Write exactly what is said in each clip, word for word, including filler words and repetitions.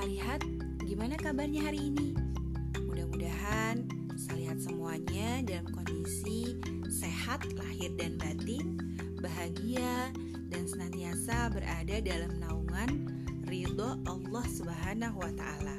Salihat, gimana kabarnya hari ini? Mudah-mudahan Salihat semuanya dalam kondisi sehat lahir dan batin, bahagia, dan senantiasa berada dalam naungan ridho Allah Subhanahu wa Ta'ala.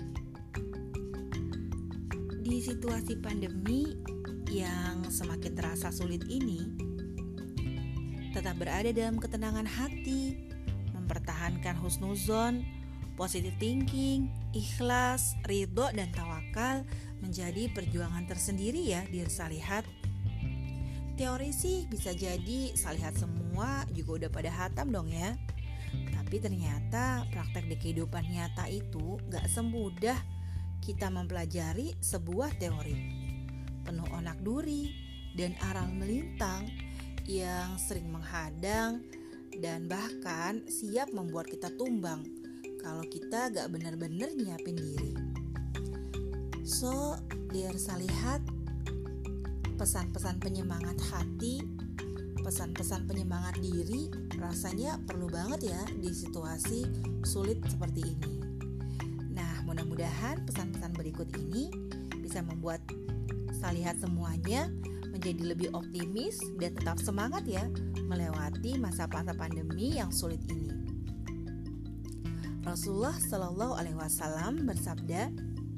Di situasi pandemi yang semakin terasa sulit ini, tetap berada dalam ketenangan hati, mempertahankan husnuzon, positive thinking, ikhlas, ridho, dan tawakal menjadi perjuangan tersendiri ya di Salihat. Teori sih bisa jadi Salihat semua juga udah pada hatam dong ya. Tapi ternyata praktek di kehidupan nyata itu gak semudah kita mempelajari sebuah teori. Penuh onak duri dan aral melintang yang sering menghadang dan bahkan siap membuat kita tumbang kalau kita gak benar-benar nyiapin diri. So, dear Salihat, pesan-pesan penyemangat hati, pesan-pesan penyemangat diri rasanya perlu banget ya di situasi sulit seperti ini. Nah, mudah-mudahan pesan-pesan berikut ini bisa membuat Salihat semuanya menjadi lebih optimis dan tetap semangat ya melewati masa-masa pandemi yang sulit ini. Rasulullah Shallallahu Alaihi Wasallam bersabda,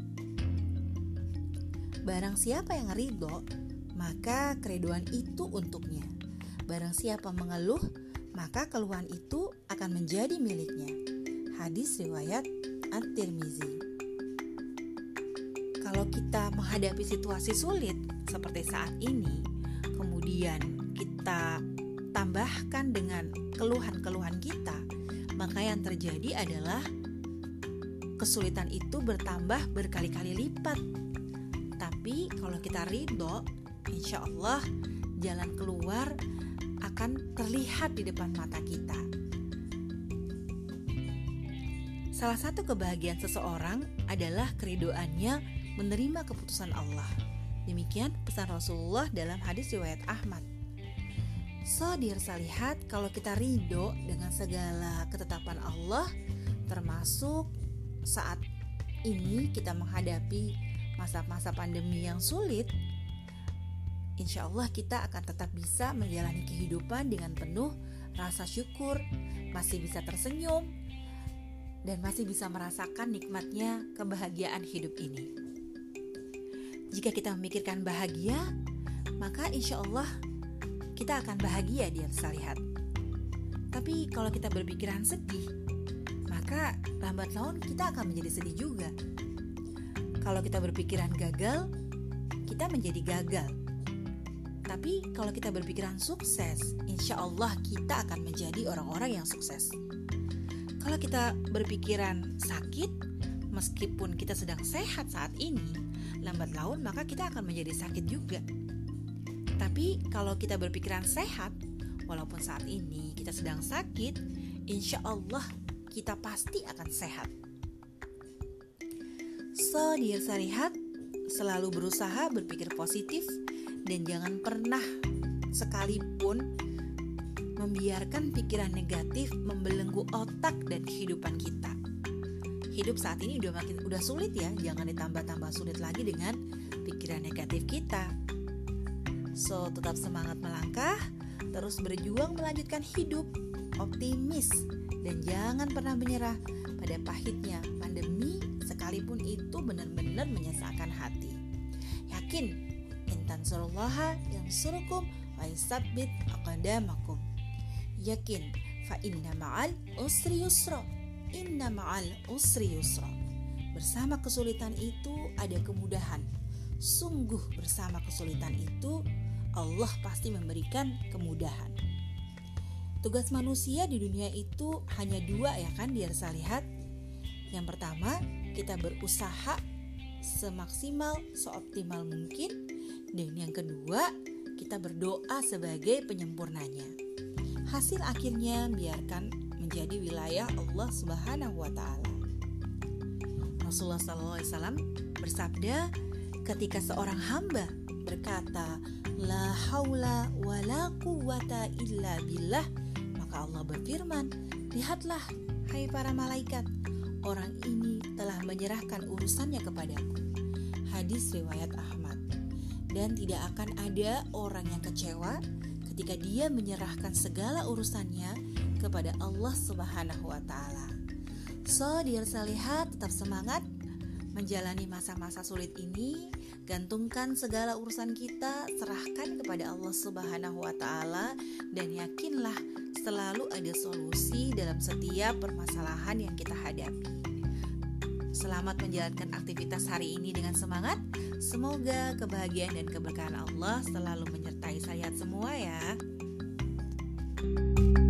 barang siapa yang ridho, maka keriduan itu untuknya. Barang siapa mengeluh, maka keluhan itu akan menjadi miliknya. Hadis riwayat At-Tirmizi. Kalau kita menghadapi situasi sulit seperti saat ini, kemudian kita tambahkan dengan keluhan-keluhan kita, maka yang terjadi adalah kesulitan itu bertambah berkali-kali lipat. Tapi kalau kita ridho, insya Allah jalan keluar akan terlihat di depan mata kita. Salah satu kebahagiaan seseorang adalah keridoannya menerima keputusan Allah. Demikian pesan Rasulullah dalam hadis riwayat Ahmad. So, dear Salihat, kalau kita ridho dengan segala ketetapan Allah, termasuk saat ini kita menghadapi masa-masa pandemi yang sulit, insya Allah kita akan tetap bisa menjalani kehidupan dengan penuh rasa syukur, masih bisa tersenyum, dan masih bisa merasakan nikmatnya kebahagiaan hidup ini. Jika kita memikirkan bahagia, maka insya Allah kita akan bahagia di Salihat. Tapi kalau kita berpikiran sedih, maka lambat laun kita akan menjadi sedih juga. Kalau kita berpikiran gagal, kita menjadi gagal. Tapi kalau kita berpikiran sukses, insya Allah kita akan menjadi orang-orang yang sukses. Kalau kita berpikiran sakit, meskipun kita sedang sehat saat ini, lambat laun maka kita akan menjadi sakit juga. Tapi kalau kita berpikiran sehat, walaupun saat ini kita sedang sakit, insya Allah kita pasti akan sehat. So, dear Salihat, selalu berusaha berpikir positif dan jangan pernah sekalipun membiarkan pikiran negatif membelenggu otak dan kehidupan kita. Hidup saat ini udah makin udah sulit ya, jangan ditambah-tambah sulit lagi dengan pikiran negatif kita. So, tetap semangat melangkah, terus berjuang melanjutkan hidup, optimis, dan jangan pernah menyerah pada pahitnya pandemi, sekalipun itu benar-benar menyesakan hati. Yakin, intan surullaha yang surukum wa yusabbit aqdamakum. Yakin, fa inna ma'al usri yusra, inna ma'al usri yusra. Bersama kesulitan itu ada kemudahan. Sungguh bersama kesulitan itu Allah pasti memberikan kemudahan. Tugas manusia di dunia itu hanya dua ya kan, dear Salihat. Yang pertama, kita berusaha semaksimal, seoptimal mungkin. Dan yang kedua, kita berdoa sebagai penyempurnanya. Hasil akhirnya biarkan menjadi wilayah Allah Subhanahu wa Ta'ala. Rasulullah shallallahu alaihi wasallam bersabda, ketika seorang hamba berkata la haula wala quwata illa billah, maka Allah berfirman, lihatlah hai para malaikat, orang ini telah menyerahkan urusannya kepadaku. Hadis riwayat Ahmad. Dan tidak akan ada orang yang kecewa ketika dia menyerahkan segala urusannya kepada Allah Subhanahu wa taala. So, dear salihat, tetap semangat menjalani masa-masa sulit ini. Gantungkan segala urusan kita, serahkan kepada Allah Subhanahu wa taala, dan yakinlah selalu ada solusi dalam setiap permasalahan yang kita hadapi. Selamat menjalankan aktivitas hari ini dengan semangat. Semoga kebahagiaan dan keberkahan Allah selalu menyertai saya semua ya.